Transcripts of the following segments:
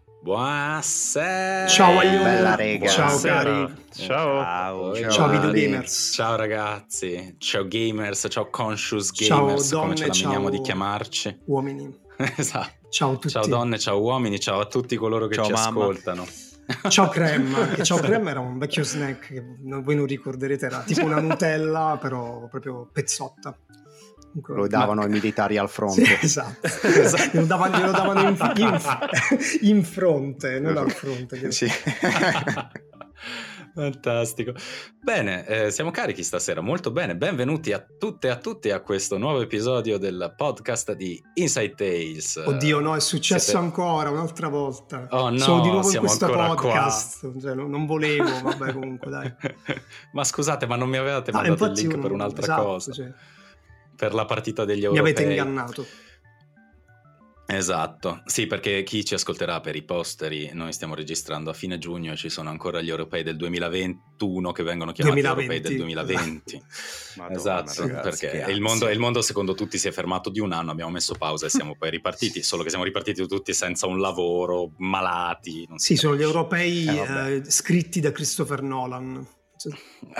Buonasera. Ciao Aglione. Bella rega. Ciao Buonasera. cari. Ciao. Ciao videogamers. Ciao ragazzi, ciao gamers, ciao conscious Ciao gamers, come ce donne, lamentiamo ciao di chiamarci. uomini. Esatto. Ciao a tutti. Ciao donne, ciao uomini, ciao a tutti coloro che Ciao, ci mamma. ascoltano. Ciao Crema, che Ciao Crema era un vecchio snack che voi non ricorderete, era tipo una Nutella però proprio pezzotta. Comunque, Lo davano ai militari al sì, fronte. esatto. Glielo davano in fronte, non al fronte. Sì. Fantastico. Bene, siamo carichi stasera, molto bene. Benvenuti a tutte e a tutti a questo nuovo episodio del podcast di Inside Tales. Oddio, no, è successo Siete- ancora un'altra volta. Oh no, Sono di nuovo in siamo questo ancora podcast. Cioè, non volevo, vabbè, comunque, dai. Ma scusate, ma non mi avevate No, mandato il infatti link per un'altra esatto, cosa? cioè, Per la partita degli mi europei. avete ingannato. Esatto, sì, perché chi ci ascolterà per i posteri, noi stiamo registrando a fine giugno e ci sono ancora gli europei del 2021 che vengono chiamati 2020. europei del 2020. Madonna, Esatto, ragazzi, perché che il mondo secondo tutti si è fermato di un anno, abbiamo messo pausa e siamo poi ripartiti, solo che siamo ripartiti tutti senza un lavoro, malati. Non si Sì, sono gli capisce. europei vabbè. scritti da Christopher Nolan. Cioè,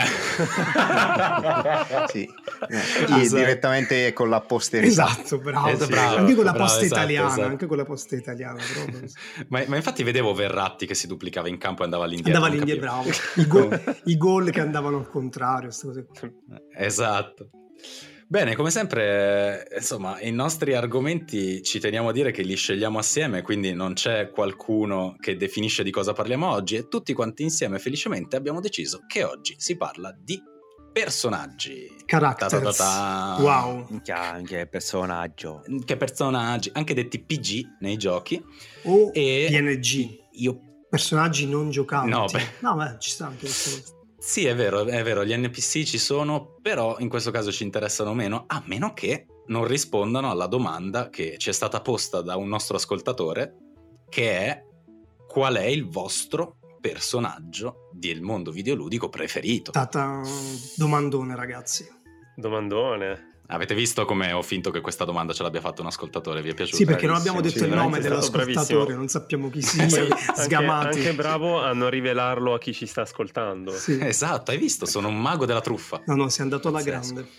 Sì. Esatto. Direttamente con la posterità. esatto, bravo. Esatto, Sì. bravo, Anche con la bravo, posta esatto, italiana, esatto. anche con la posta italiana. Proprio. Ma infatti vedevo Verratti che si duplicava in campo e andava all'indietro. Andava non all'indietro, capivo. bravo. I gol che andavano al contrario. Queste cose. Esatto. Bene, come sempre, insomma, i nostri argomenti ci teniamo a dire che li scegliamo assieme, quindi non c'è qualcuno che definisce di cosa parliamo oggi e tutti quanti insieme felicemente abbiamo deciso che oggi si parla di personaggi. Characters. Ta-ta-ta-ta. Wow. Che personaggio. Che personaggi, anche detti PG nei giochi. O E PNG. io Personaggi non giocanti. No, No, beh. beh, ci sta anche questa cosa. Sì, è vero, gli NPC ci sono, però in questo caso ci interessano meno, a meno che non rispondano alla domanda che ci è stata posta da un nostro ascoltatore, che è: qual è il vostro personaggio del mondo videoludico preferito? Tata domandone, ragazzi. Domandone. Avete visto come ho finto che questa domanda ce l'abbia fatto un ascoltatore? Vi è piaciuto? Sì, perché non abbiamo Bravissimo, detto il nome veramente stato dell'ascoltatore, bravissimo. non sappiamo chi sia, Poi sgamati. anche bravo a non rivelarlo a chi ci sta ascoltando. Sì. Esatto, hai visto? Sono un mago della truffa. No, sei andato alla Pazzesco. grande.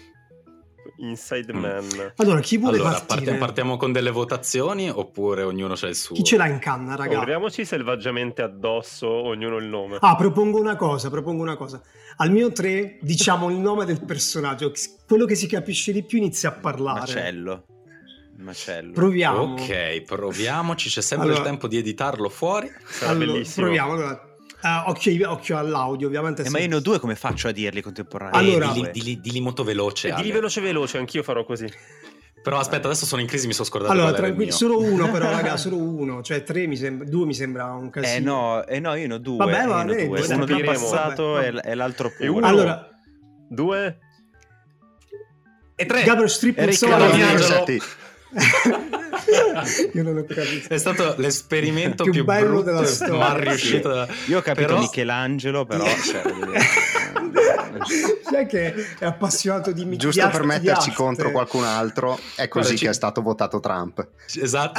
Inside Man. Allora, chi vuole Allora, partire? partiamo con delle votazioni oppure ognuno c'ha il suo? Chi ce l'ha in canna, raga? Urliamoci selvaggiamente addosso ognuno il nome. Ah, propongo una cosa. Al mio 3 diciamo il nome del personaggio, quello che si capisce di più inizia a parlare. Macello. Proviamo. Ok, proviamoci, c'è sempre Allora- il tempo di editarlo fuori. Sarà bellissimo. Proviamo. Allora, occhio all'audio, ovviamente. Ma io ne ho due, come faccio a dirli contemporaneamente? Allora- Dili molto veloce. E Ale. di veloce, anch'io farò così. Però aspetta, adesso sono in crisi, mi sono scordato Allora, qual era il tranquillo, mio. solo uno però, raga, solo uno. Cioè, 3 2 mi sembra un casino. No, io ne ho due. Vabbè, va io ne ho bene, due. dai, Uno del capiremo. passato Vabbè. e l'altro pure. E uno- Allora, 2. E 3! Gabriel Strip non so Riccardo la mia- D'Angelo. Io non ho capito. È stato l'esperimento Più più bello brutto della e storia. mal riuscito. Io ho capito Però- Michelangelo, però... Sai che è appassionato di Giusto per metterci arte. contro qualcun altro, è così Guarda, che è stato votato Trump. Esatto.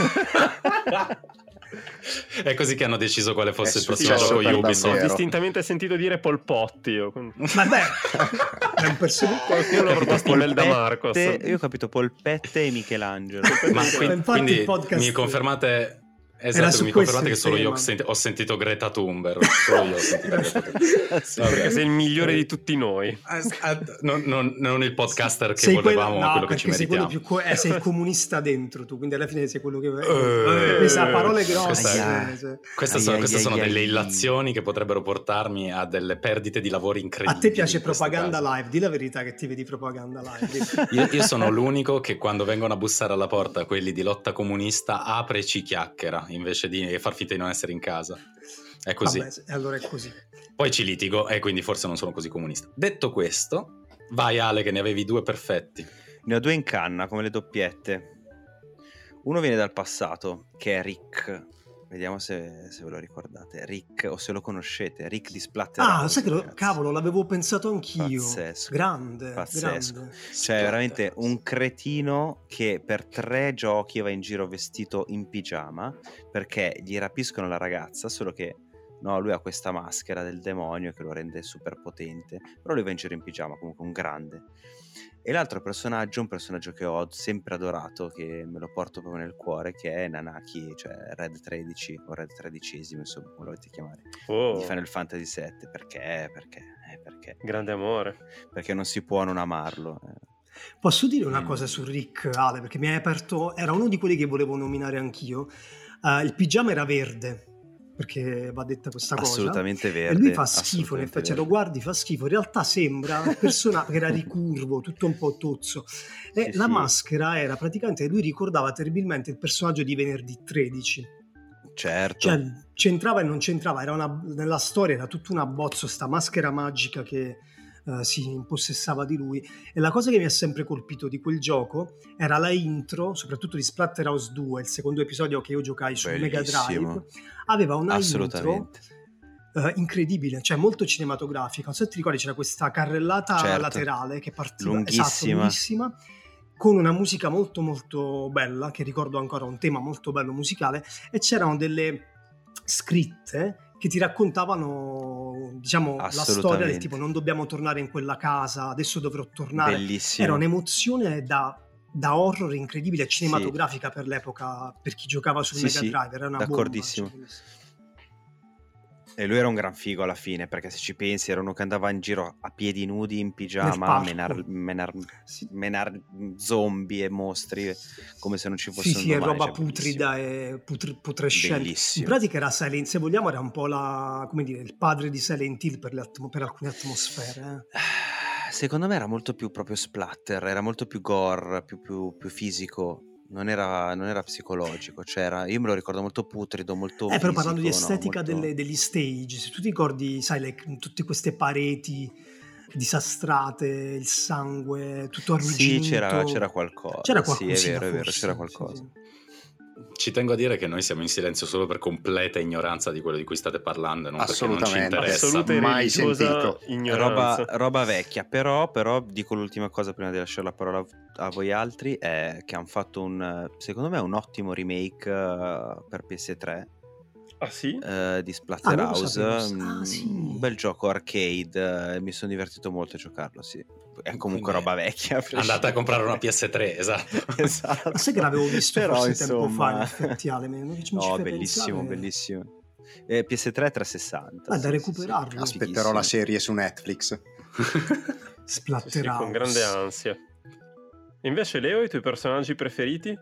È così che hanno deciso quale fosse È il prossimo successo gioco per Ubisoft. Ho davvero. distintamente sentito dire Polpotti. Io. Vabbè, è un personaggio. Qualcuno l'ha proposto in Bel da Marcos. Io ho capito Polpette e Michelangelo. Ma Infatti il quindi podcast mi confermate... era Esatto, su mi questo confermate che il solo io tema. ho sentito Greta Thunberg. Solo io ho sentito Greta Thunberg. Perché sei il migliore di tutti noi. Non il podcaster che Sei volevamo, ma no, quello che ci perché sei quello meritiamo. sei il comunista dentro tu, quindi alla fine sei quello che Eh, questa parole questa grosse. è- cioè. Queste sono delle ai. illazioni che potrebbero portarmi a delle perdite di lavoro A incredibili. te piace in questo propaganda caso. live, di la verità che ti vedi propaganda live. Io sono l'unico che quando vengono a bussare alla porta quelli di lotta comunista apre e ci chiacchiera invece di far finta di non essere in casa. È così. Vabbè, allora è così. Poi ci litigo e quindi forse non sono così comunista. Detto questo, vai Ale che ne avevi due perfetti. Ne ho due in canna, come le doppiette. Uno viene dal passato, che è Rick, Vediamo se ve lo ricordate. Rick, o se lo conoscete. Rick di Splatterhouse. Sai che ragazzi. cavolo, l'avevo pensato anch'io. Pazzesco. Grande, Pazzesco. grande. Cioè, veramente un cretino che per 3 giochi va in giro vestito in pigiama perché gli rapiscono la ragazza, solo che no, lui ha questa maschera del demonio che lo rende super potente, però lui va in giro in pigiama, comunque un grande. E l'altro personaggio, un personaggio che ho sempre adorato, che me lo porto proprio nel cuore, che è Nanaki, cioè Red 13 o Red 13esimo, insomma, come lo volete chiamare, Oh, di Final Fantasy VII. Perché? grande amore. Perché non si può non amarlo. Posso dire una cosa su Rick, Ale, perché mi hai aperto, era uno di quelli che volevo nominare anch'io. Il pigiama era verde, perché va detta questa cosa. Assolutamente verde. E lui fa schifo, in assolutamente effetti, se lo verde. guardi fa schifo. In realtà sembra un personaggio che era ricurvo, tutto un po' tozzo. E Sì, la sì. maschera era praticamente, lui ricordava terribilmente il personaggio di Venerdì 13. Certo. Cioè, c'entrava e non c'entrava, nella storia era tutta un abbozzo, sta maschera magica che si impossessava di lui. E la cosa che mi ha sempre colpito di quel gioco era la intro, soprattutto di Splatterhouse 2, il secondo episodio che io giocai su Mega Bellissimo. Drive, aveva una intro Assolutamente. incredibile, cioè molto cinematografica. Non so se ti ricordi, c'era questa carrellata Certo. laterale che partiva, Lunghissima. esatto, lunghissima, con una musica molto molto bella, che ricordo ancora, un tema molto bello musicale, e c'erano delle scritte che ti raccontavano, diciamo, la storia del Assolutamente. tipo non dobbiamo tornare in quella casa, adesso dovrò tornare. Bellissimo. Era un'emozione da horror incredibile, cinematografica per l'epoca, per chi giocava sul Sì, Mega sì, Drive, era una d'accordissimo. bomba, cioè. E lui era un gran figo alla fine, perché se ci pensi era uno che andava in giro a piedi nudi in Nel pigiama a parco. Sì. menar zombie e mostri come se non ci fosse Sì, un sì, è domani, roba cioè, putrida e putrescente. In Bellissimo. pratica era Silent, se vogliamo, era un po' come dire, il padre di Silent Hill per alcune atmosfere. Secondo me era molto più proprio splatter, era molto più gore, più fisico. Non era psicologico, io me lo ricordo molto putrido, molto Però fisico, parlando di no? estetica Molto- degli stage, se tu ti ricordi, sai, tutte queste pareti disastrate, il sangue, tutto Sì, arrugginito. c'era qualcosa. C'era Sì, qualcosina, è vero, forse, c'era sì, qualcosa. sì. Ci tengo a dire che noi siamo in silenzio solo per completa ignoranza di quello di cui state parlando, e non perché non ci Assolutamente. interessa. Assoluta e mai religiosa sentito. ignoranza. Roba vecchia, però dico l'ultima cosa prima di lasciare la parola a voi altri, è che hanno fatto secondo me un ottimo remake per PS3 Ah sì? di Splatterhouse, non lo sapevo. Sì. un bel gioco arcade, mi sono divertito molto a giocarlo, sì. È comunque Quindi roba vecchia. Andate a comprare una PS3, esatto. Esatto. Ma sai che l'avevo visto Però, forse tempo fa, in insomma... effetti, Ale, non ci No, fai bellissimo, pensare. bellissimo. PS3 360. Da recuperarlo. Fighissimo. Aspetterò la serie su Netflix. Splatterhouse. Sì, con grande ansia. Invece Leo, i tuoi personaggi preferiti?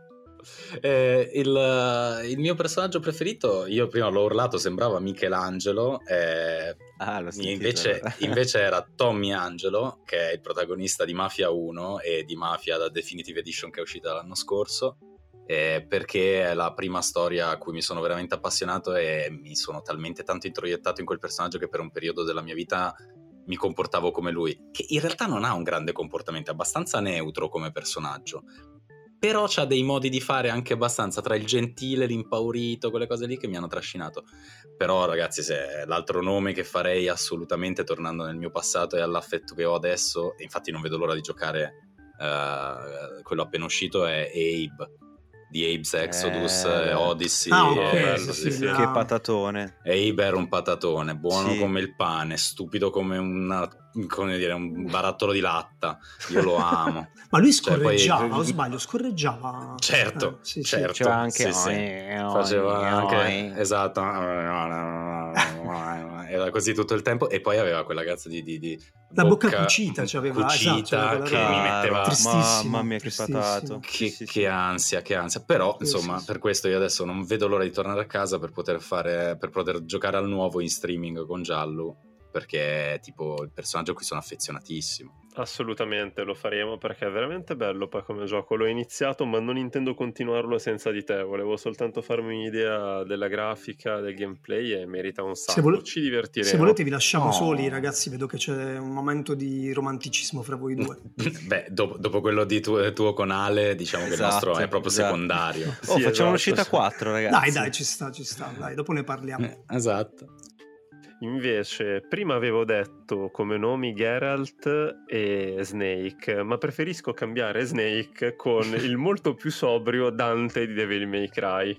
Il mio personaggio preferito, io prima l'ho urlato, sembrava Michelangelo, L'ho sentito, invece, allora. invece era Tommy Angelo, che è il protagonista di Mafia 1 e di Mafia, la Definitive Edition che è uscita l'anno scorso, perché è la prima storia a cui mi sono veramente appassionato e mi sono talmente tanto introiettato in quel personaggio che per un periodo della mia vita mi comportavo come lui, che in realtà non ha un grande comportamento, è abbastanza neutro come personaggio, però c'ha dei modi di fare anche abbastanza tra il gentile, l'impaurito, quelle cose lì che mi hanno trascinato. Però ragazzi, se l'altro nome che farei assolutamente tornando nel mio passato e all'affetto che ho adesso, e infatti non vedo l'ora di giocare quello appena uscito, è Abe di Abe's Exodus, Odyssey. Ok, bello, sì, sì. Che patatone. Abe era un patatone, buono Sì. come il pane, stupido come un barattolo di latta. Io lo amo. Ma lui Cioè, poi- scorreggiava, o sbaglio, scorreggiava. Certo, Sì, sì. certo. Faceva anche... sì. Faceva anche, esatto, era così tutto il tempo, e poi aveva quella cazzo di La bocca cucita, c'aveva, cucita, esatto, che quella mi roba. metteva Tristissimo, Mamma mia, che tristissimo. patato. che, Sì, sì, che sì. ansia, che ansia. Però Sì, insomma, sì. per questo io adesso non vedo l'ora di tornare a casa per poter giocare al nuovo in streaming con Giallo, perché è tipo il personaggio a cui sono affezionatissimo. Assolutamente lo faremo, perché è veramente bello poi come gioco. L'ho iniziato ma non intendo continuarlo senza di te, volevo soltanto farmi un'idea della grafica, del gameplay, e merita un sacco. Ci divertiremo. Se volete vi lasciamo No. soli, ragazzi, vedo che c'è un momento di romanticismo fra voi due. Beh, dopo quello di tuo con Ale, diciamo che il nostro è proprio secondario. Sì, facciamo esatto, un'uscita 4, ragazzi. Dai, ci sta, dai, dopo ne parliamo. Esatto. Invece, prima avevo detto come nomi Geralt e Snake, ma preferisco cambiare Snake con il molto più sobrio Dante di Devil May Cry.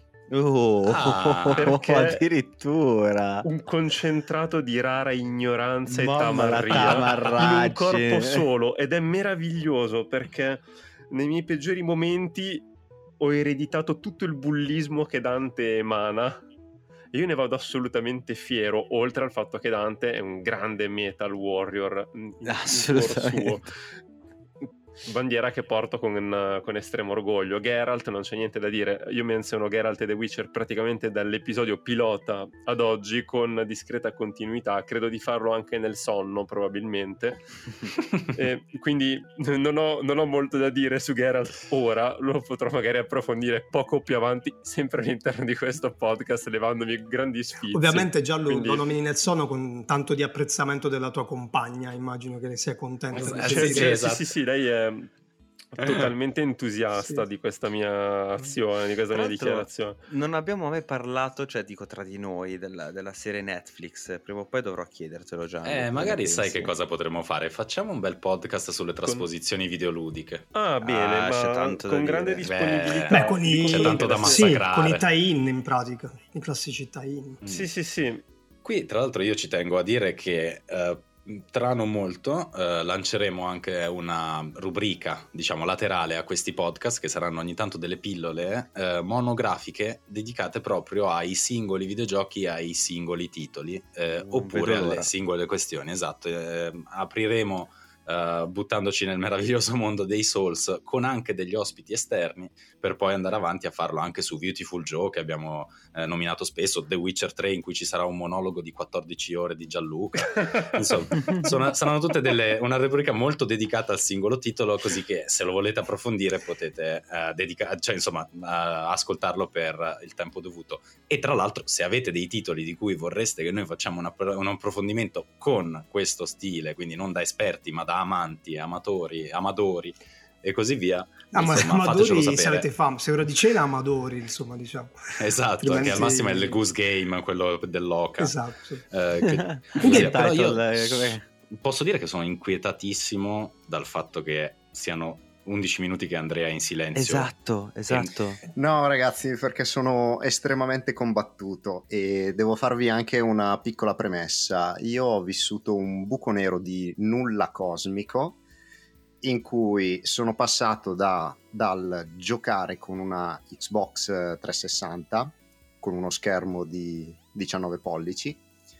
Perché addirittura un concentrato di rara ignoranza Mamma, e la tamarria in un corpo tamarraggine. solo, ed è meraviglioso perché nei miei peggiori momenti ho ereditato tutto il bullismo che Dante emana. Io ne vado assolutamente fiero, oltre al fatto che Dante è un grande metal warrior in cuor suo. Bandiera che porto con estremo orgoglio. Geralt, non c'è niente da dire, io menziono Geralt e The Witcher praticamente dall'episodio pilota ad oggi con discreta continuità, credo di farlo anche nel sonno probabilmente. E quindi non ho molto da dire su Geralt ora, lo potrò magari approfondire poco più avanti, sempre all'interno di questo podcast, levandomi grandi sfizi. Ovviamente già Quindi... lo nomini nel sonno con tanto di apprezzamento della tua compagna, immagino che ne sia contenta. Sì, lei è totalmente entusiasta di questa mia azione, di questa mia dichiarazione. Non abbiamo mai parlato, cioè dico tra di noi, della serie Netflix. Prima o poi dovrò chiedertelo già. Magari sai che cosa potremmo fare? Facciamo un bel podcast sulle trasposizioni videoludiche. Ah, bene, c'è tanto con da grande dire. disponibilità. C'è tanto da massacrare. Con i tie-in in pratica, i classici tie-in. Sì. Qui tra l'altro io ci tengo a dire che tra non molto lanceremo anche una rubrica, diciamo, laterale a questi podcast, che saranno ogni tanto delle pillole monografiche dedicate proprio ai singoli videogiochi, ai singoli titoli, oppure alle singole questioni. Esatto, apriremo buttandoci nel meraviglioso mondo dei Souls con anche degli ospiti esterni, per poi andare avanti a farlo anche su Beautiful Joe, che abbiamo nominato spesso, The Witcher 3, in cui ci sarà un monologo di 14 ore di Gianluca. Insomma, saranno tutte una rubrica molto dedicata al singolo titolo, così che se lo volete approfondire potete ascoltarlo per il tempo dovuto. E tra l'altro, se avete dei titoli di cui vorreste che noi facciamo un approfondimento con questo stile, quindi non da esperti ma da amanti, amatori, amadori e così via, amadori, se avete fame, se ora di cena, amadori, insomma, diciamo. Esatto, che al massimo è il Goose Game, quello dell'Oca. Esatto. Però io posso dire che sono inquietatissimo dal fatto che siano 11 minuti che Andrea è in silenzio. Esatto. No, ragazzi, perché sono estremamente combattuto e devo farvi anche una piccola premessa. Io ho vissuto un buco nero di nulla cosmico, in cui sono passato dal giocare con una Xbox 360 con uno schermo di 19 pollici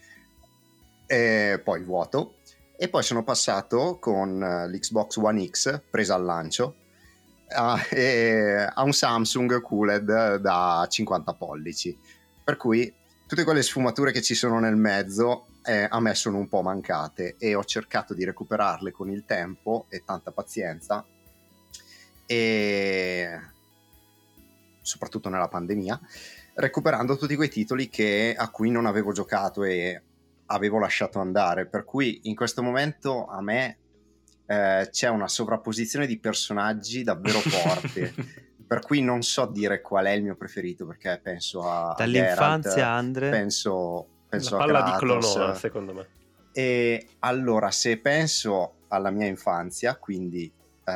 e poi vuoto, e poi sono passato con l'Xbox One X presa al lancio a un Samsung QLED da 50 pollici, per cui tutte quelle sfumature che ci sono nel mezzo a me sono un po' mancate, e ho cercato di recuperarle con il tempo e tanta pazienza, e soprattutto nella pandemia, recuperando tutti quei titoli a cui non avevo giocato e avevo lasciato andare, per cui in questo momento a me c'è una sovrapposizione di personaggi davvero forte, per cui non so dire qual è il mio preferito, perché penso a dall'infanzia Geralt, Andre, penso la a palla Kratos, di Clonova, secondo me. E allora, se penso alla mia infanzia, quindi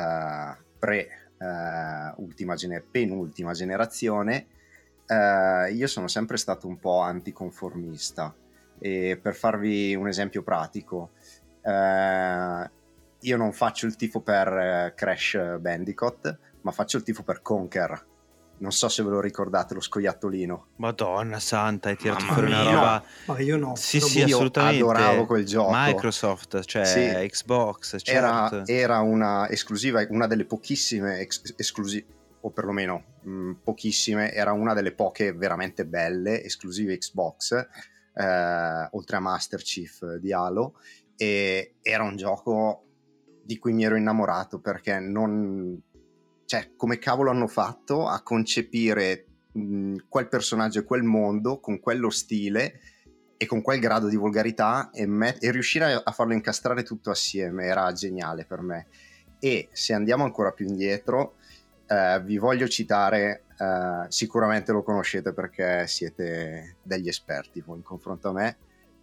penultima generazione, io sono sempre stato un po' anticonformista, e per farvi un esempio pratico, io non faccio il tifo per Crash Bandicoot, ma faccio il tifo per Conker. Non so se ve lo ricordate, lo scoiattolino. Madonna santa, hai tirato Mamma fuori una mia. roba. Ma io no. Sì, Io assolutamente. adoravo quel gioco. Microsoft, cioè Sì. Xbox, certo. Era una esclusiva, una delle pochissime esclusive, o perlomeno pochissime, era una delle poche veramente belle esclusive Xbox, oltre a Master Chief di Halo, e era un gioco di cui mi ero innamorato, perché cioè, come cavolo hanno fatto a concepire quel personaggio e quel mondo con quello stile e con quel grado di volgarità e riuscire a farlo incastrare tutto assieme era geniale per me. E se andiamo ancora più indietro, vi voglio citare, sicuramente lo conoscete perché siete degli esperti voi in confronto a me,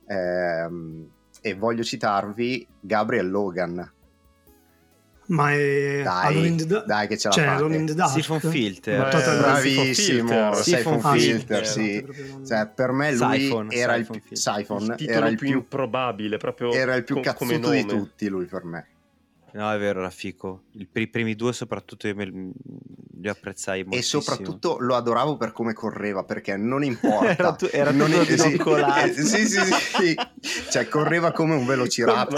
e voglio citarvi Gabriel Logan. Ma è dai che ce la fate. Alone in the Dark. Siphon Filter. Bravissimo, Siphon Filter, sì. Proprio... Cioè, per me lui era il più improbabile, proprio era il più cazzuto di tutti, lui per me. No, è vero, era fico. I primi due soprattutto io li apprezzai moltissimo. E soprattutto lo adoravo per come correva, perché non importa. era non tutto sì. Cioè, correva come un velociraptor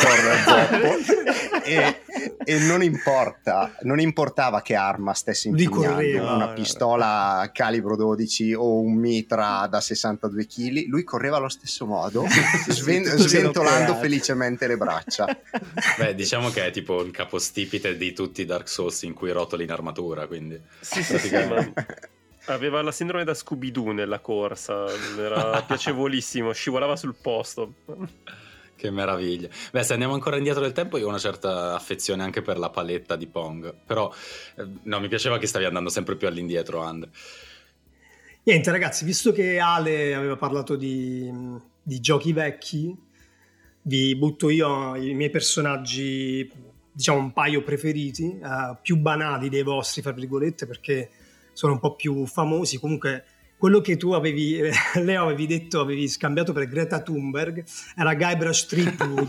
e non importava che arma stesse impugnando, una pistola calibro 12 o un mitra da 62 kg, lui correva allo stesso modo, sventolando felicemente le braccia. Beh, diciamo che è tipo un capostipite di tutti i Dark Souls in cui rotoli in armatura, quindi sì, ma aveva la sindrome da Scooby-Doo nella corsa, era piacevolissimo, scivolava sul posto. Che meraviglia. Beh, se andiamo ancora indietro del tempo, io ho una certa affezione anche per la paletta di Pong, però no, mi piaceva che stavi andando sempre più all'indietro, And. Niente ragazzi, visto che Ale aveva parlato di giochi vecchi, vi butto io i miei personaggi, diciamo un paio preferiti, più banali dei vostri, fra virgolette, perché sono un po' più famosi. Comunque quello che tu Leo avevi detto, avevi scambiato per Greta Thunberg, era Guybrush Threepwood.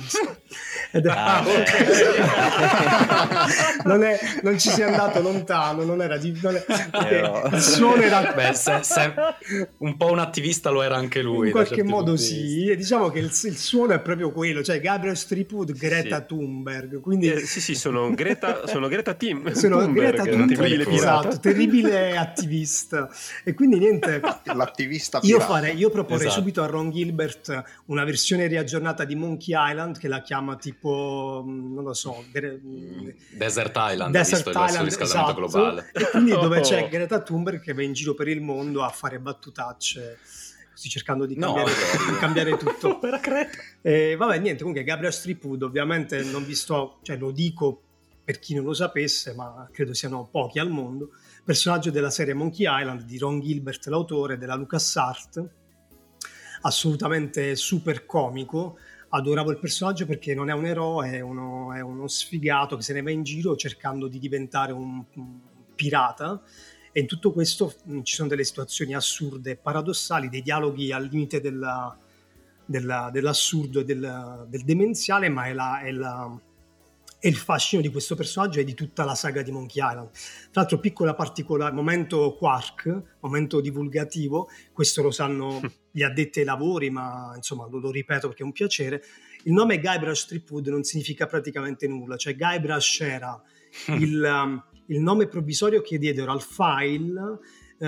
Non ci sei andato lontano, il suono era... Beh, un po' un attivista lo era anche lui. In qualche modo sì, e diciamo che il suono è proprio quello, cioè Guybrush Threepwood, Greta Thunberg, quindi... sì, sono Greta Thunberg, esatto, terribile attivista, e quindi niente. L'attivista pirata. Io proporrei subito a Ron Gilbert una versione riaggiornata di Monkey Island che la chiama tipo, non lo so, Desert Island, visto il surriscaldamento globale. E quindi dove c'è Greta Thunberg che va in giro per il mondo a fare battutacce, così cercando di cambiare tutto. Vabbè, niente, comunque Gabriel Threepwood, ovviamente non vi sto, cioè lo dico per chi non lo sapesse, ma credo siano pochi al mondo, personaggio della serie Monkey Island di Ron Gilbert, l'autore, della LucasArts, assolutamente super comico. Adoravo il personaggio perché non è un eroe, è uno sfigato che se ne va in giro cercando di diventare un pirata, e in tutto questo ci sono delle situazioni assurde e paradossali, dei dialoghi al limite dell'assurdo e del demenziale, ma è il fascino di questo personaggio e di tutta la saga di Monkey Island. Tra l'altro, piccola particolare, momento quark, momento divulgativo, questo lo sanno gli addetti ai lavori, ma insomma lo ripeto perché è un piacere. Il nome Guybrush Threepwood non significa praticamente nulla, cioè Guybrush era il nome provvisorio che diedero al file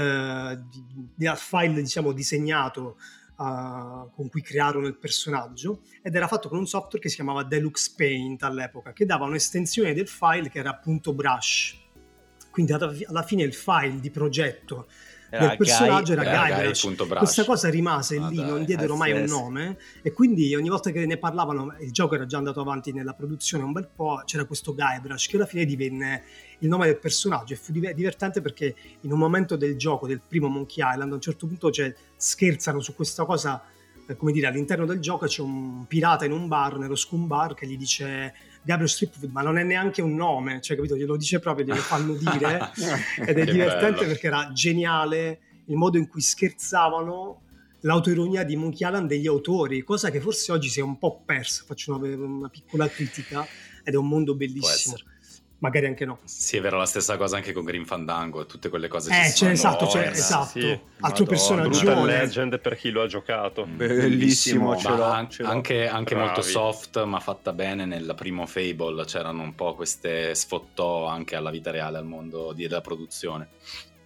diciamo disegnato, con cui crearono il personaggio, ed era fatto con un software che si chiamava Deluxe Paint all'epoca, che dava un'estensione del file che era appunto Brush. Quindi alla fine il file di progetto del personaggio era Guybrush. Questa cosa rimase lì, non diedero mai un nome, e quindi ogni volta che ne parlavano, il gioco era già andato avanti nella produzione un bel po', c'era questo Guybrush che alla fine divenne il nome del personaggio, e fu divertente perché in un momento del gioco, del primo Monkey Island, a un certo punto scherzano su questa cosa, come dire, all'interno del gioco c'è un pirata in un bar, nello Scum Bar, che gli dice Gabriel Threepwood, ma non è neanche un nome, cioè, capito? Glielo dice proprio, glielo fanno dire, ed è divertente perché era geniale il modo in cui scherzavano l'autoironia di Monkey Island degli autori, cosa che forse oggi si è un po' persa. Faccio una piccola critica, ed è un mondo bellissimo. Magari anche no. Sì, è vero, la stessa cosa anche con Grim Fandango e tutte quelle cose. Esatto. Sì, altro personaggio. Brutal Legend per chi lo ha giocato. Bellissimo. Anche molto soft, ma fatta bene. Nel primo Fable c'erano un po' queste sfottò anche alla vita reale, al mondo della produzione.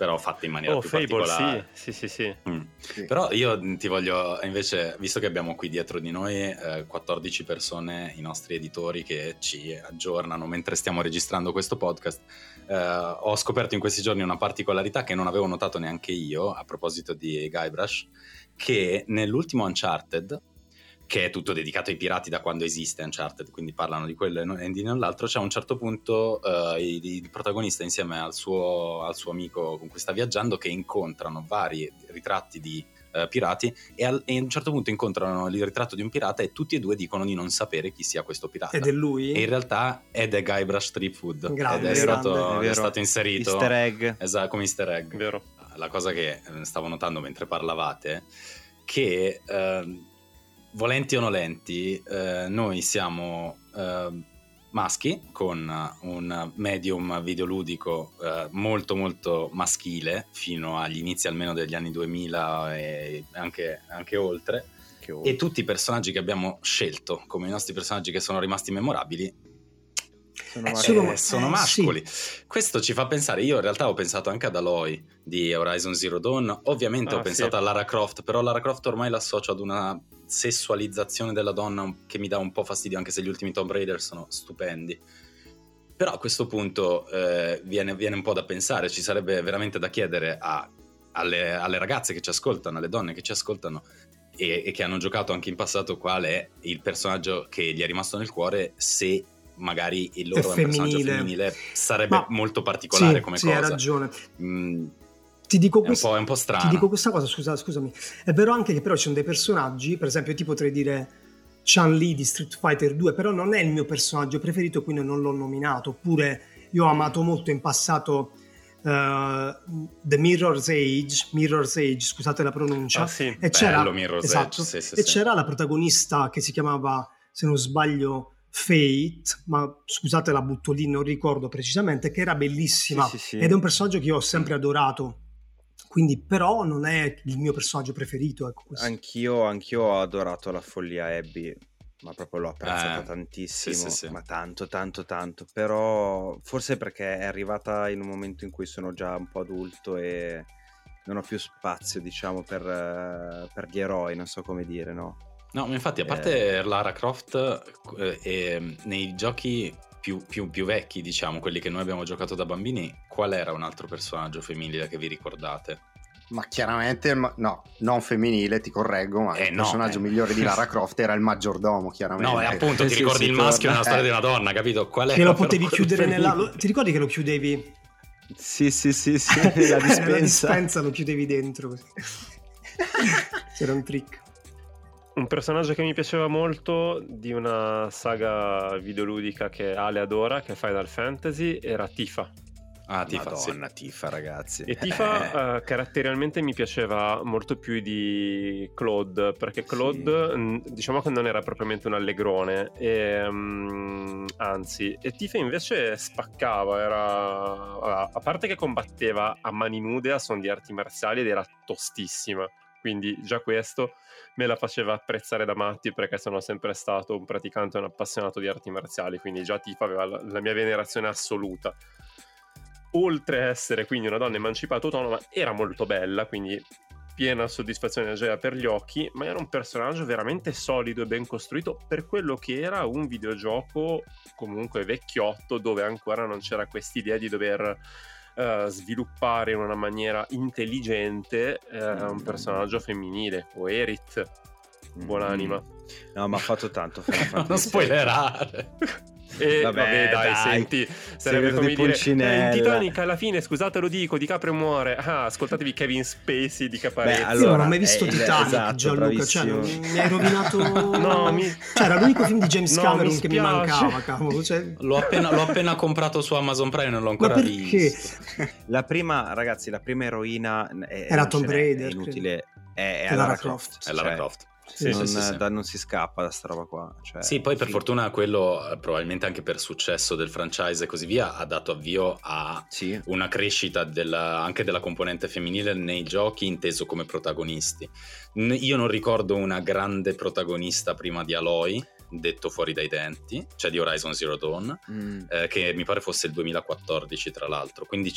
però fatte in maniera più Fable, particolare. sì. Sì. Però io ti voglio invece, visto che abbiamo qui dietro di noi 14 persone, i nostri editori che ci aggiornano mentre stiamo registrando questo podcast, ho scoperto in questi giorni una particolarità che non avevo notato neanche io a proposito di Guybrush, che nell'ultimo Uncharted, che è tutto dedicato ai pirati da quando esiste Uncharted, quindi parlano di quello e di nell'altro, c'è a un certo punto il protagonista insieme al suo amico con cui sta viaggiando, che incontrano vari ritratti di pirati e a un certo punto incontrano il ritratto di un pirata e tutti e due dicono di non sapere chi sia questo pirata. Ed è lui? E in realtà è Guybrush Threepwood, Grande, ed è grande. stato inserito Easter egg. esatto, come easter egg. Vero. La cosa che stavo notando mentre parlavate, che volenti o nolenti, noi siamo maschi con un medium videoludico molto molto maschile fino agli inizi almeno degli anni 2000 e anche oltre, e tutti i personaggi che abbiamo scelto come i nostri personaggi che sono rimasti memorabili sono mascoli. Sì. Questo ci fa pensare, io in realtà ho pensato anche ad Aloy di Horizon Zero Dawn, ovviamente ho pensato a Lara Croft, però Lara Croft ormai l'associo ad una sessualizzazione della donna che mi dà un po' fastidio, anche se gli ultimi Tomb Raider sono stupendi. Però a questo punto viene un po' da pensare, ci sarebbe veramente da chiedere alle ragazze che ci ascoltano, alle donne che ci ascoltano e che hanno giocato anche in passato, qual è il personaggio che gli è rimasto nel cuore, se magari il loro è un personaggio femminile sarebbe molto particolare come cosa. Sì, hai ragione. Ti dico è un po' strano. Ti dico questa cosa, scusami. È vero anche che però ci sono dei personaggi, per esempio ti potrei dire Chun-Li di Street Fighter 2, però non è il mio personaggio preferito, quindi non l'ho nominato. Oppure io ho amato molto in passato The Mirror's Age, scusate la pronuncia. Sì, e c'era Mirror's Age, sì. C'era la protagonista che si chiamava, se non sbaglio, Fate, ma scusate la butto lì, non ricordo precisamente, che era bellissima, sì. Ed è un personaggio che io ho sempre adorato, quindi però non è il mio personaggio preferito, ecco. Anch'io ho adorato la follia Abby, ma proprio l'ho apprezzata tantissimo, sì. ma tanto, però forse perché è arrivata in un momento in cui sono già un po' adulto e non ho più spazio, diciamo, per gli eroi, non so come dire, no? No, infatti, a parte Lara Croft, nei giochi più vecchi, diciamo, quelli che noi abbiamo giocato da bambini, qual era un altro personaggio femminile che vi ricordate? Ma chiaramente, no, non femminile, ti correggo, ma il personaggio migliore di Lara Croft era il maggiordomo, chiaramente. No, appunto, ti ricordi il maschio nella storia di una donna, capito? Qual è? Che lo potevi chiudere ti ricordi che lo chiudevi? Sì, la dispensa. La dispensa lo chiudevi dentro così. C'era un trick. Un personaggio che mi piaceva molto di una saga videoludica che Ale adora, che è Final Fantasy, era Tifa. Tifa, Madonna, sì. Tifa, ragazzi. E Tifa caratterialmente mi piaceva molto più di Claude, perché Claude diciamo che non era propriamente un allegrone, anzi, e Tifa invece spaccava, a parte che combatteva a mani nude a suon di arti marziali ed era tostissima, quindi già questo me la faceva apprezzare da matti, perché sono sempre stato un praticante e un appassionato di arti marziali, quindi già Tifa aveva la mia venerazione assoluta. Oltre a essere quindi una donna emancipata, autonoma, era molto bella, quindi piena soddisfazione e gioia per gli occhi, ma era un personaggio veramente solido e ben costruito per quello che era un videogioco comunque vecchiotto, dove ancora non c'era quest'idea di dover sviluppare in una maniera intelligente un personaggio femminile, o Aerith, buonanima. No, ma ha fatto tanto. Non spoilerare. Vabbè, dai, senti, sarebbe come dire in Titanic alla fine, scusate lo dico, DiCaprio muore. Ascoltatevi Kevin Spacey di Caparezza. Io non ho mai visto Titanic, esatto, Gianluca, cioè, mi hai rovinato. Cioè, era l'unico film di James Cameron che mi mancava, cavolo, cioè... l'ho appena comprato su Amazon Prime, non l'ho ancora visto. La prima eroina era Tomb Raider, è inutile, è Lara Croft. È Lara Croft. Non si scappa da sta roba qua, cioè, sì, poi per fortuna quello, probabilmente anche per successo del franchise e così via, ha dato avvio a una crescita anche della componente femminile nei giochi, inteso come protagonisti. Io non ricordo una grande protagonista prima di Aloy, detto fuori dai denti, cioè di Horizon Zero Dawn, che mi pare fosse il 2014 tra l'altro, quindi ci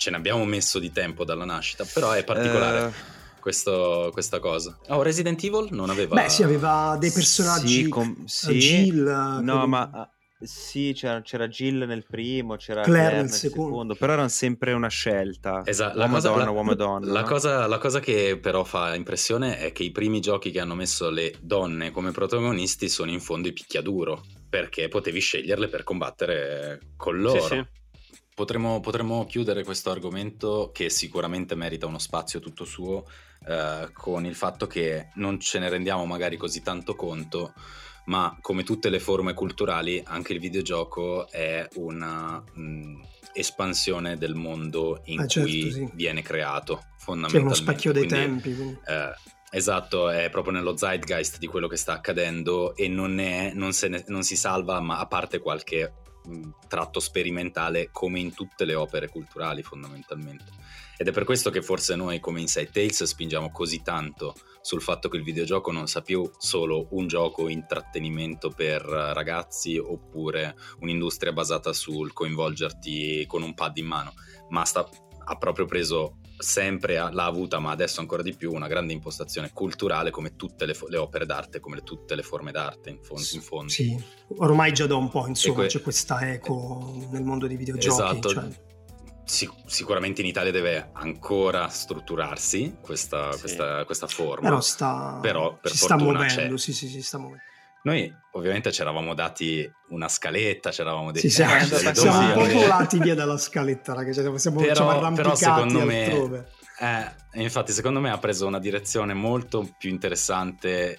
ce ne abbiamo messo di tempo dalla nascita, però è particolare questa cosa. Resident Evil non aveva... Beh, sì, aveva dei personaggi, Jill... No, ma... Sì, c'era Jill nel primo, c'era Claire nel secondo, però erano sempre una scelta. Esatto, uomo-donna. La cosa che però fa impressione è che i primi giochi che hanno messo le donne come protagonisti sono in fondo i picchiaduro, perché potevi sceglierle per combattere con loro. Sì. Potremmo chiudere questo argomento, che sicuramente merita uno spazio tutto suo, con il fatto che non ce ne rendiamo magari così tanto conto, ma come tutte le forme culturali anche il videogioco è una espansione del mondo in cui viene creato, fondamentalmente. È uno specchio dei tempi. Esatto, è proprio nello zeitgeist di quello che sta accadendo, e non si salva, ma a parte qualche tratto sperimentale, come in tutte le opere culturali fondamentalmente. Ed è per questo che forse noi come Inside Tales spingiamo così tanto sul fatto che il videogioco non sia più solo un gioco intrattenimento per ragazzi oppure un'industria basata sul coinvolgerti con un pad in mano, ma ha proprio preso sempre, l'ha avuta, ma adesso ancora di più, una grande impostazione culturale, come tutte le opere d'arte, come tutte le forme d'arte in fondo. Sì, ormai già da un po', insomma, c'è questa eco nel mondo dei videogiochi. Esatto. Sicuramente in Italia deve ancora strutturarsi questa forma, però per fortuna c'è. Sì, sta muovendo. Noi ovviamente ci eravamo dati una scaletta, c'eravamo detto siamo un po' volati via dalla scaletta, ragazzi, però secondo me infatti secondo me ha preso una direzione molto più interessante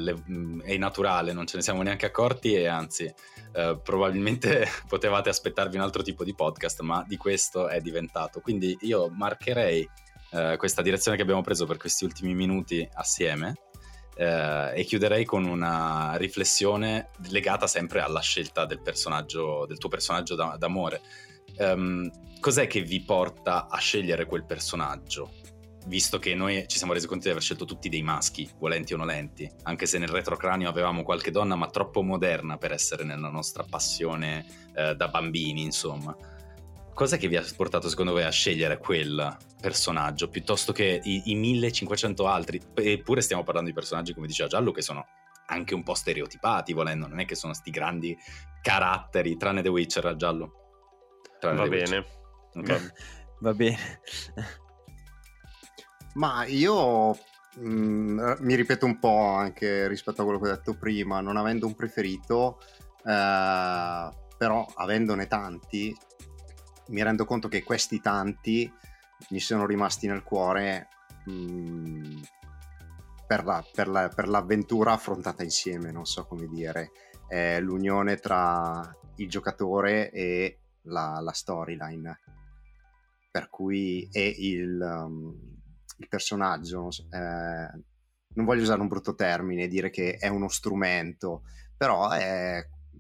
e naturale, non ce ne siamo neanche accorti, e anzi probabilmente potevate aspettarvi un altro tipo di podcast, ma di questo è diventato. Quindi io marcherei questa direzione che abbiamo preso per questi ultimi minuti assieme, e chiuderei con una riflessione legata sempre alla scelta del tuo personaggio d'amore. Cos'è che vi porta a scegliere quel personaggio? Visto che noi ci siamo resi conto di aver scelto tutti dei maschi, volenti o nolenti, anche se nel retrocranio avevamo qualche donna, ma troppo moderna per essere nella nostra passione da bambini, insomma. Cos'è che vi ha portato secondo voi a scegliere quel personaggio piuttosto che i 1500 altri? Eppure stiamo parlando di personaggi, come diceva Giallo, che sono anche un po' stereotipati, volendo, non è che sono sti grandi caratteri, tranne The Witcher. Giallo. Va bene. Okay. Va bene. Ma io mi ripeto un po' anche rispetto a quello che ho detto prima, non avendo un preferito, però avendone tanti, mi rendo conto che questi tanti mi sono rimasti nel cuore per l'avventura affrontata insieme, non so come dire, è l'unione tra il giocatore e la storyline, per cui è il personaggio, non voglio usare un brutto termine, dire che è uno strumento, però è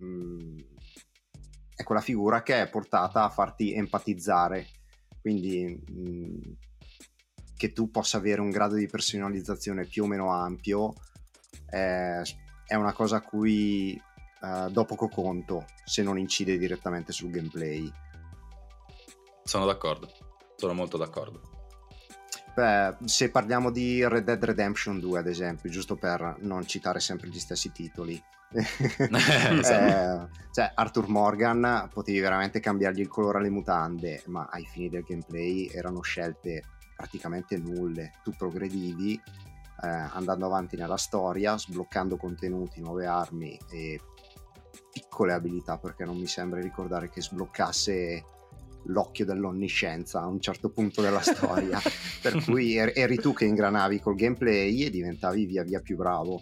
quella figura che è portata a farti empatizzare, quindi che tu possa avere un grado di personalizzazione più o meno ampio è una cosa a cui do poco conto se non incide direttamente sul gameplay. Sono d'accordo, sono molto d'accordo. Beh, se parliamo di Red Dead Redemption 2 ad esempio, giusto per non citare sempre gli stessi titoli, cioè Arthur Morgan potevi veramente cambiargli il colore alle mutande, ma ai fini del gameplay erano scelte praticamente nulle. Tu progredivi andando avanti nella storia, sbloccando contenuti, nuove armi e piccole abilità, perché non mi sembra ricordare che sbloccasse l'occhio dell'onniscienza a un certo punto della storia, per cui eri tu che ingranavi col gameplay e diventavi via via più bravo,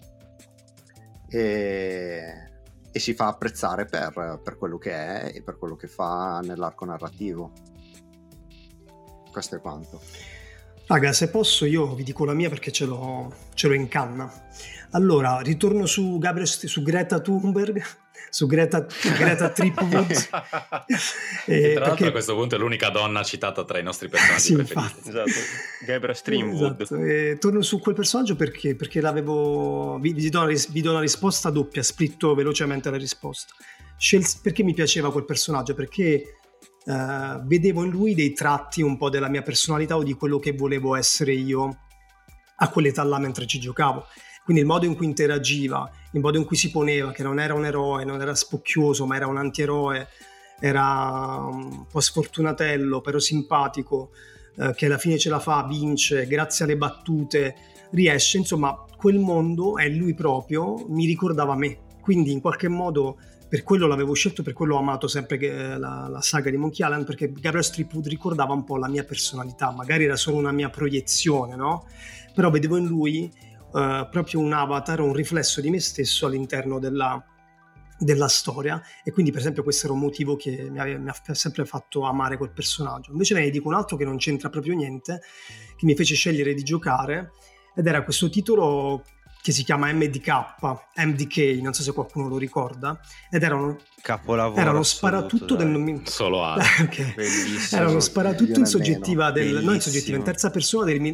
e si fa apprezzare per quello che è e per quello che fa nell'arco narrativo. Questo è quanto. Raga, se posso io vi dico la mia, perché ce l'ho in canna. Allora, ritorno su Greta Thunberg, su Greta Tripwood. Tra l'altro a questo punto è l'unica donna citata tra i nostri personaggi preferiti. Esatto, Gabriel Streamwood. Esatto. Torno su quel personaggio perché l'avevo... Vi do una risposta doppia, splitto velocemente la risposta. Perché mi piaceva quel personaggio? Perché vedevo in lui dei tratti un po' della mia personalità o di quello che volevo essere io a quell'età là mentre ci giocavo. Quindi il modo in cui interagiva, il modo in cui si poneva, che non era un eroe, non era spocchioso, ma era un antieroe, era un po' sfortunatello, però simpatico, che alla fine ce la fa, vince, grazie alle battute, riesce, insomma, quel mondo è lui proprio, mi ricordava me. Quindi in qualche modo per quello l'avevo scelto, per quello ho amato sempre la saga di Monkey Island, perché Gabriel Stripwood ricordava un po' la mia personalità, magari era solo una mia proiezione, no? Però vedevo in lui proprio un avatar, un riflesso di me stesso all'interno della storia, e quindi per esempio questo era un motivo che mi ha sempre fatto amare quel personaggio. Invece ne dico un altro che non c'entra proprio niente, che mi fece scegliere di giocare, ed era questo titolo che si chiama MDK, non so se qualcuno lo ricorda, ed era uno sparatutto solo okay. Era uno sparatutto in soggettiva non in soggettiva, in terza persona del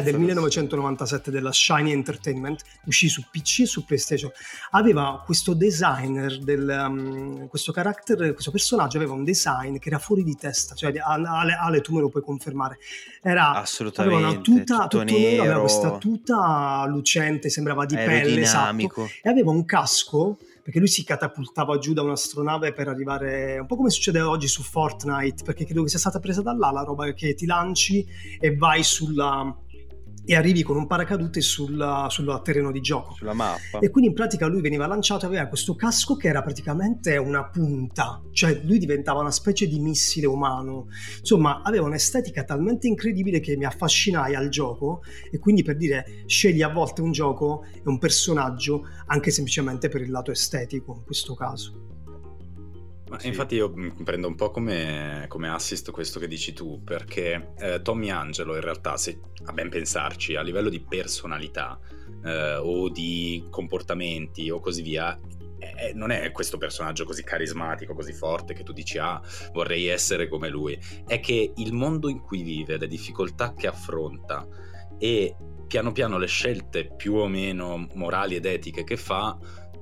1997 della Shiny Entertainment, uscì su PC e su PlayStation. Aveva questo designer questo personaggio aveva un design che era fuori di testa, cioè Ale tu me lo puoi confermare, assolutamente, aveva una tuta tutto nero, aveva nero, questa tuta lucente, sembrava di pelle, esatto, e aveva un casco, perché lui si catapultava giù da un'astronave per arrivare, un po' come succede oggi su Fortnite, perché credo che sia stata presa da là la roba che ti lanci e vai e arrivi con un paracadute sul terreno di gioco, sulla mappa. E quindi in pratica lui veniva lanciato, aveva questo casco che era praticamente una punta, cioè lui diventava una specie di missile umano, insomma aveva un'estetica talmente incredibile che mi affascinai al gioco. E quindi, per dire, scegli a volte un gioco e un personaggio anche semplicemente per il lato estetico in questo caso. Ma sì. Infatti io prendo un po' come assist questo che dici tu, perché Tommy Angelo in realtà, se a ben pensarci, a livello di personalità o di comportamenti o così via, non è questo personaggio così carismatico, così forte che tu dici vorrei essere come lui. È che il mondo in cui vive, le difficoltà che affronta e piano piano le scelte più o meno morali ed etiche che fa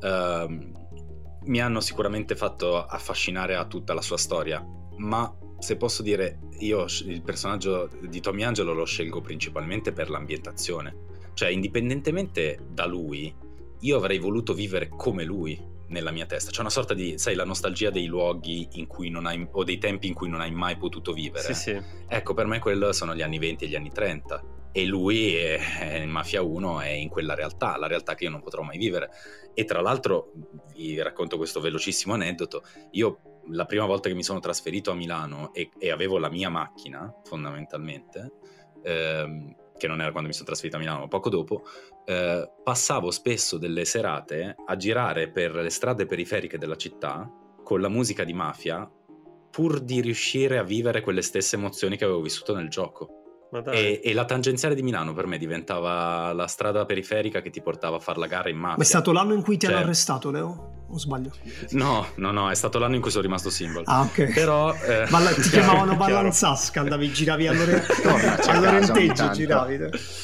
mi hanno sicuramente fatto affascinare a tutta la sua storia. Ma se posso dire, io il personaggio di Tommy Angelo lo scelgo principalmente per l'ambientazione, cioè indipendentemente da lui io avrei voluto vivere come lui nella mia testa. C'è una sorta di, sai, la nostalgia dei luoghi in cui non hai, o dei tempi in cui non hai mai potuto vivere. Sì. Ecco, per me quello sono gli anni 20 e gli anni 30, e lui in Mafia 1 è in quella realtà, la realtà che io non potrò mai vivere. E tra l'altro vi racconto questo velocissimo aneddoto. Io la prima volta che mi sono trasferito a Milano e avevo la mia macchina, fondamentalmente, che non era quando mi sono trasferito a Milano, ma poco dopo, passavo spesso delle serate a girare per le strade periferiche della città con la musica di Mafia, pur di riuscire a vivere quelle stesse emozioni che avevo vissuto nel gioco. Ma dai. E la tangenziale di Milano per me diventava la strada periferica che ti portava a fare la gara in Mafia. Ma è stato l'anno in cui ti hanno arrestato, Leo? O sbaglio? No, è stato l'anno in cui sono rimasto single. Ok. Però ti chiamavano Ballanzasca, andavi, giravi all'Orenteggio, giravi.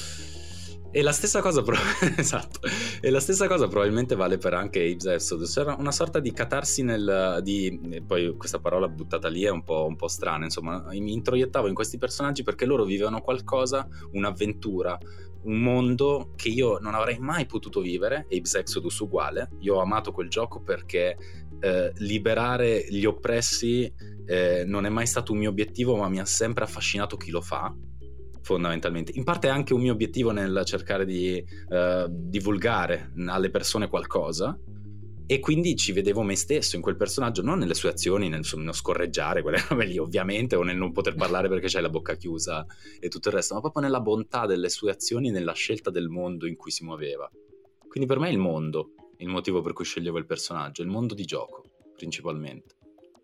E la stessa cosa esatto. E la stessa cosa probabilmente vale per anche Apes Exodus. C'era una sorta di catarsi poi questa parola buttata lì è un po' strana, insomma, mi introiettavo in questi personaggi perché loro vivevano qualcosa, un'avventura, un mondo che io non avrei mai potuto vivere. Apes Exodus uguale. Io ho amato quel gioco perché liberare gli oppressi non è mai stato un mio obiettivo, ma mi ha sempre affascinato chi lo fa, fondamentalmente. In parte è anche un mio obiettivo nel cercare di divulgare alle persone qualcosa, e quindi ci vedevo me stesso in quel personaggio, non nelle sue azioni, nello scorreggiare quelle robe lì ovviamente, o nel non poter parlare perché c'hai la bocca chiusa e tutto il resto, ma proprio nella bontà delle sue azioni, nella scelta del mondo in cui si muoveva. Quindi per me è il mondo il motivo per cui sceglievo il personaggio, il mondo di gioco principalmente.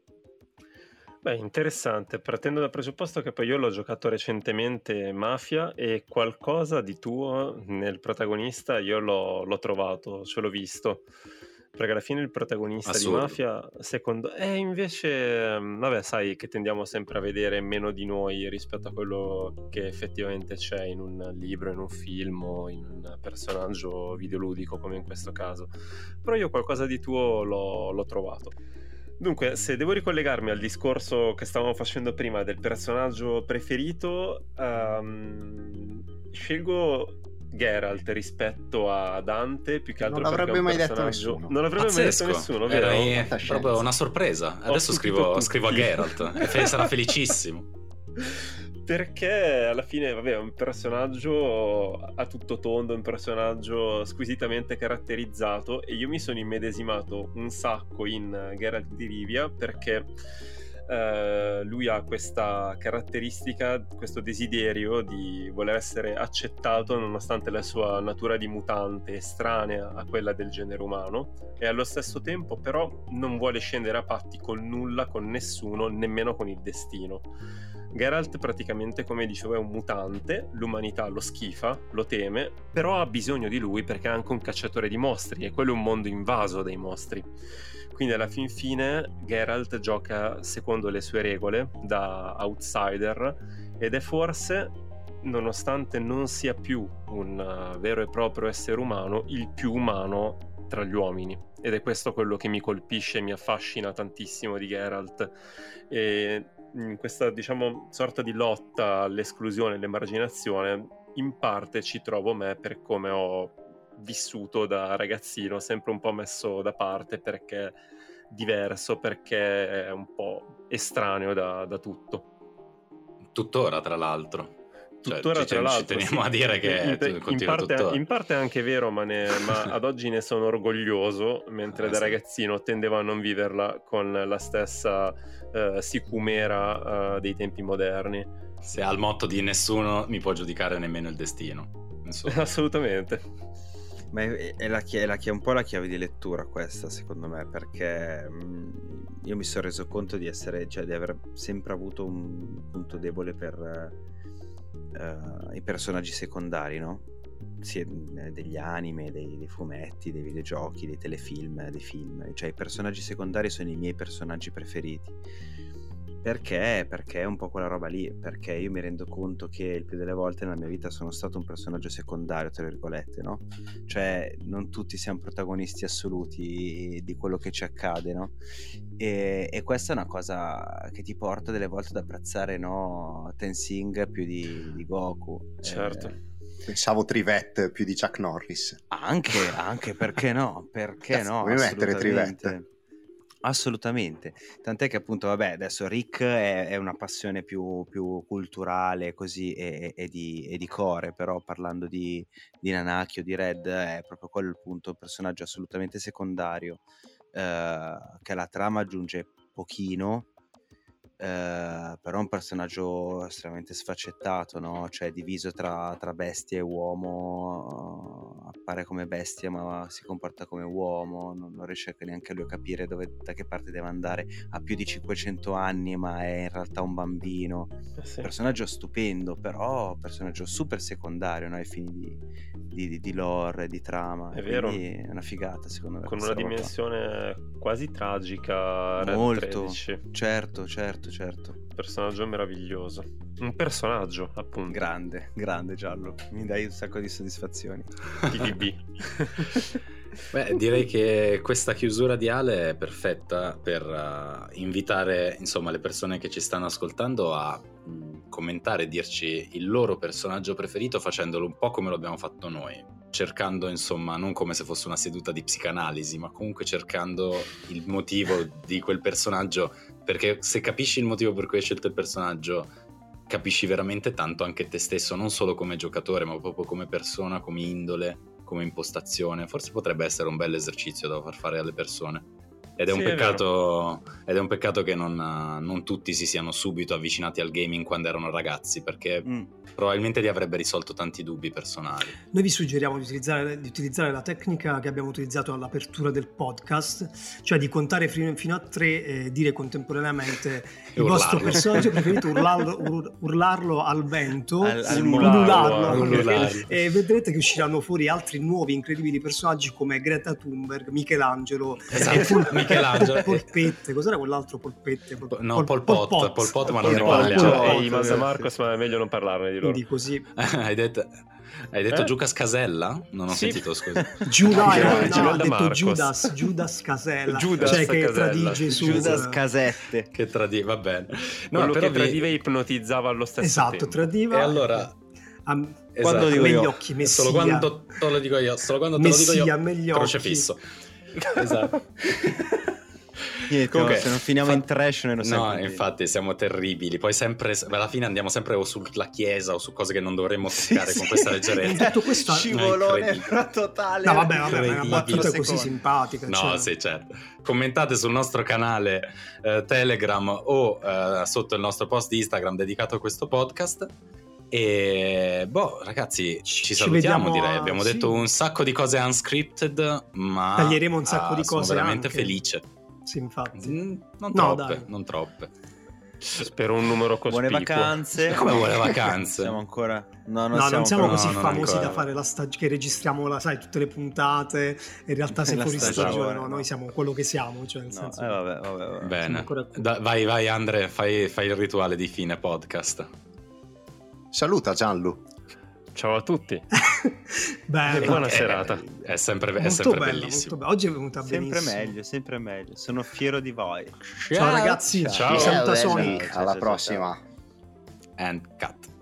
Beh, interessante, partendo dal presupposto che poi io l'ho giocato recentemente Mafia, e qualcosa di tuo nel protagonista io l'ho trovato, ce l'ho visto, perché alla fine il protagonista Assurdo. di Mafia, secondo invece, vabbè, sai che tendiamo sempre a vedere meno di noi rispetto a quello che effettivamente c'è in un libro, in un film o in un personaggio videoludico come in questo caso, però io qualcosa di tuo l'ho trovato. Dunque, se devo ricollegarmi al discorso che stavamo facendo prima del personaggio preferito, scelgo Geralt rispetto a Dante, più che altro Non perché l'avrebbe è un mai detto personaggio... nessuno. Non l'avrebbe mai detto Pazzesco. nessuno, vero? Era proprio una sorpresa. Adesso scrivo a Geralt e sarà felicissimo. Perché alla fine, vabbè, è un personaggio a tutto tondo, un personaggio squisitamente caratterizzato, e io mi sono immedesimato un sacco in Geralt di Rivia perché lui ha questa caratteristica, questo desiderio di voler essere accettato nonostante la sua natura di mutante estranea a quella del genere umano, e allo stesso tempo però non vuole scendere a patti con nulla, con nessuno, nemmeno con il destino. Geralt praticamente, come dicevo, è un mutante, l'umanità lo schifa, lo teme, però ha bisogno di lui perché è anche un cacciatore di mostri e quello è un mondo invaso dai mostri. Quindi alla fin fine Geralt gioca secondo le sue regole da outsider, ed è forse, nonostante non sia più un vero e proprio essere umano, il più umano tra gli uomini, ed è questo quello che mi colpisce e mi affascina tantissimo di Geralt. E in questa, diciamo, sorta di lotta all'esclusione e all'emarginazione, in parte ci trovo me per come ho vissuto da ragazzino, sempre un po' messo da parte perché diverso, perché è un po' estraneo da tutto. Tuttora, tra l'altro. Tuttora, tra l'altro, ci teniamo a dire che continua tuttora. In parte è anche vero, ma ad oggi ne sono orgoglioso, mentre da ragazzino tendevo a non viverla con la stessa sicumera dei tempi moderni. Se ha il motto di nessuno mi può giudicare nemmeno il destino, insomma. Assolutamente. Ma è un po' la chiave di lettura questa, secondo me, perché io mi sono reso conto di aver sempre avuto un punto debole per i personaggi secondari, no? Sia degli anime, dei fumetti, dei videogiochi, dei telefilm, dei film. Cioè i personaggi secondari sono i miei personaggi preferiti. Perché? Perché è un po' quella roba lì, perché io mi rendo conto che il più delle volte nella mia vita sono stato un personaggio secondario, tra virgolette, no? Cioè non tutti siamo protagonisti assoluti di quello che ci accade, no? E questa è una cosa che ti porta delle volte ad apprezzare, no, Tenzing più di Goku. Certo. Pensavo Trivette più di Chuck Norris. Anche perché no? Perché Cazzo, no? vuoi mettere Trivette? Assolutamente, tant'è che appunto vabbè adesso Rick è una passione più culturale così e di core, però parlando di Nanaki o di Red è proprio quello il punto, un personaggio assolutamente secondario che alla trama aggiunge pochino, però è un personaggio estremamente sfaccettato, no? Cioè diviso tra bestia e uomo, appare come bestia ma si comporta come uomo, non riesce neanche lui a capire da che parte deve andare, ha più di 500 anni ma è in realtà un bambino. Sì. Personaggio stupendo, però personaggio super secondario, no? Ai fini di lore, di trama, è vero, è una figata secondo me, con una dimensione quasi tragica. Molto, 13. certo. Personaggio meraviglioso, un personaggio appunto grande Giallo, mi dai un sacco di soddisfazioni. TVB. Beh, direi che questa chiusura di Ale è perfetta per invitare insomma le persone che ci stanno ascoltando a commentare e dirci il loro personaggio preferito, facendolo un po' come lo abbiamo fatto noi, cercando insomma non come se fosse una seduta di psicanalisi, ma comunque cercando il motivo di quel personaggio, perché se capisci il motivo per cui hai scelto il personaggio capisci veramente tanto anche te stesso, non solo come giocatore ma proprio come persona, come indole, come impostazione. Forse potrebbe essere un bel esercizio da far fare alle persone. Ed è un peccato che non tutti si siano subito avvicinati al gaming quando erano ragazzi, perché probabilmente li avrebbe risolto tanti dubbi personali. Noi vi suggeriamo di utilizzare la tecnica che abbiamo utilizzato all'apertura del podcast, cioè di contare fino a 3 e dire contemporaneamente il vostro personaggio preferito, urlarlo al vento, ulularlo, e vedrete che usciranno fuori altri nuovi incredibili personaggi come Greta Thunberg, Michelangelo, Polpette, cos'era quell'altro Polpette? Pol Pot, ma non ne parliamo. Ehi, Masa Marcos, ma è meglio non parlarne di loro. Quindi così. Hai detto Hai detto Giudas Casella? Non ho Sì. sentito, scusa. Ha detto Marcos. Judas Casella, Judas cioè che Casella. tradie Gesù. Judas Casette. Che va bene. Quello però che tradiva e ipnotizzava allo stesso Esatto, tempo. tradiva. E allora... a Quando dico me io. gli occhi, Messia. Solo quando te lo dico io, Messia, a me gli occhi. crocefisso. Esatto. Niente, Comunque, se non finiamo in trash noi non siamo No, contenti. infatti siamo terribili. Poi sempre, alla fine andiamo sempre o sulla chiesa o su cose che non dovremmo toccare con questa In leggerezza. tutto questo Scivolone Incredibile. totale. no vabbè, ma è una Incredibile. battuta così simpatica. No, cioè. sì, certo. Commentate sul nostro canale Telegram o sotto il nostro post di Instagram dedicato a questo podcast. E ragazzi, ci salutiamo, vediamo direi. Abbiamo sì. detto un sacco di cose unscripted, ma Taglieremo un sacco di cose sono veramente anche. felice. Sì, infatti. Non No, troppe, dai. non troppe. Spero un numero cospicuo. Buone vacanze. Come buone vacanze? Siamo ancora... No, No, non siamo ancora- così no, non famosi ancora. da fare la stagione che registriamo sai, tutte le puntate e in realtà sei La fuori stagione, stagione, no? no. Noi siamo quello che siamo, cioè nel No, senso vabbè. siamo Bene. ancora qui. Vai Andre, fai il rituale di fine podcast. Saluta Gianlu. Ciao a tutti. Bene, Buona Eh, serata. È sempre molto bella, bellissimo. molto bella. Oggi è venuta Sempre benissimo. sempre meglio. Sono fiero di voi. Ciao ragazzi, Ciao. ci saluta Belli. Sonic. Alla prossima. And cut.